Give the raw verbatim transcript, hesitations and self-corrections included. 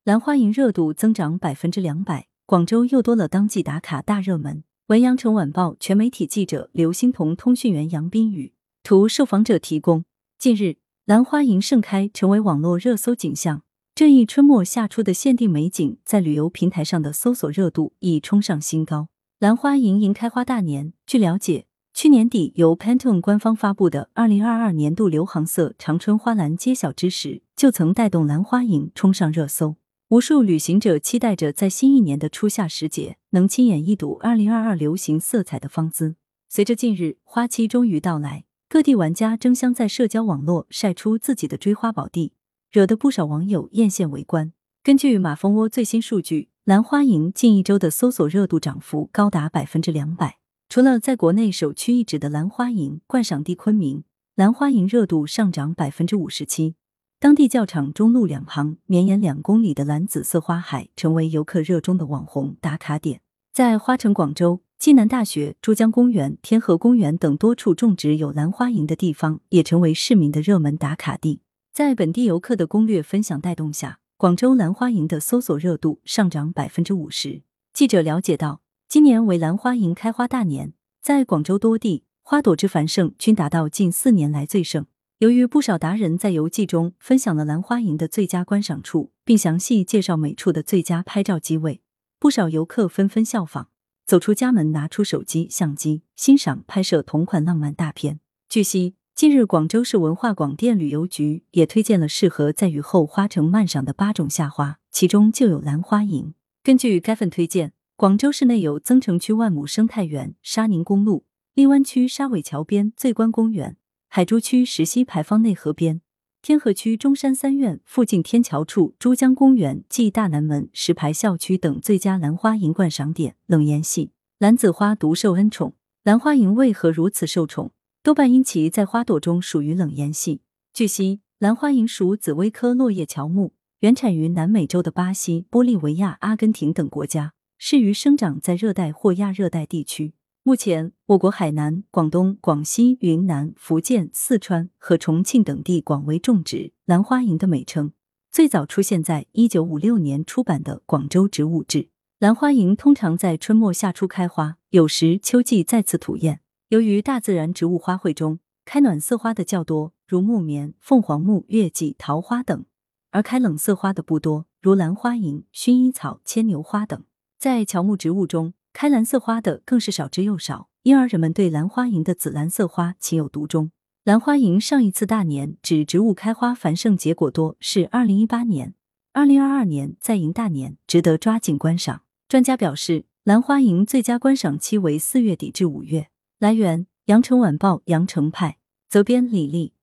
兰花楹热度增长 百分之两百， 广州又多了当季打卡大热门。文阳城晚报全媒体记者刘欣彤，通讯员杨斌宇，图受访者提供。近日，兰花楹盛开成为网络热搜景象，这一春末夏初的限定美景在旅游平台上的搜索热度亦冲上新高。兰花楹迎开花大年，据了解，去年底由 Pantone 官方发布的二零二二年度流行色长春花蓝揭晓之时，就曾带动兰花楹冲上热搜。无数旅行者期待着在新一年的初夏时节能亲眼一睹二零二二流行色彩的芳姿。随着近日花期终于到来，各地玩家争相在社交网络晒出自己的追花宝地，惹得不少网友艳羡围观。根据马蜂窝最新数据，兰花楹近一周的搜索热度涨幅高达 百分之两百。除了在国内首屈一指的兰花楹观赏地昆明，兰花楹热度上涨 百分之五十七。当地教场中路两旁绵延两公里的蓝紫色花海成为游客热衷的网红打卡点。在花城广州，暨南大学、珠江公园、天河公园等多处种植有兰花楹的地方也成为市民的热门打卡地。在本地游客的攻略分享带动下，广州兰花楹的搜索热度上涨 百分之五十。 记者了解到，今年为兰花楹开花大年，在广州多地花朵之繁盛均达到近四年来最盛。由于不少达人在游记中分享了兰花楹的最佳观赏处，并详细介绍每处的最佳拍照机位，不少游客纷纷效仿，走出家门拿出手机相机，欣赏拍摄同款浪漫大片。据悉，近日广州市文化广电旅游局也推荐了适合在雨后花城漫赏的八种夏花，其中就有兰花楹。根据该份推荐，广州市内有增城区万亩生态园、沙宁公路、荔湾区沙尾桥边醉观公园、海珠区石溪牌坊内河边、天河区中山三院附近天桥处珠江公园暨大南门石牌校区等最佳兰花楹观赏点。冷言系兰子花独受恩宠，兰花楹为何如此受宠？多半因其在花朵中属于冷言系。据悉，兰花楹属紫薇科落叶乔木，原产于南美洲的巴西、玻利维亚、阿根廷等国家，适于生长在热带或亚热带地区。目前，我国海南、广东、广西、云南、福建、四川和重庆等地广为种植。兰花楹的美称最早出现在一九五六年出版的《广州植物志》。兰花楹通常在春末夏初开花，有时秋季再次吐艳。由于大自然植物花卉中开暖色花的较多，如木棉、凤凰木、月季、桃花等，而开冷色花的不多，如兰花楹、薰衣草、牵牛花等。在乔木植物中，开蓝色花的更是少之又少，因而人们对兰花楹的紫蓝色花情有独钟。兰花楹上一次大年指植物开花繁盛结果多是二零一八年，二零二二年再迎大年，值得抓紧观赏。专家表示，兰花楹最佳观赏期为四月底至五月。来源：羊城晚报羊城派，责编李丽。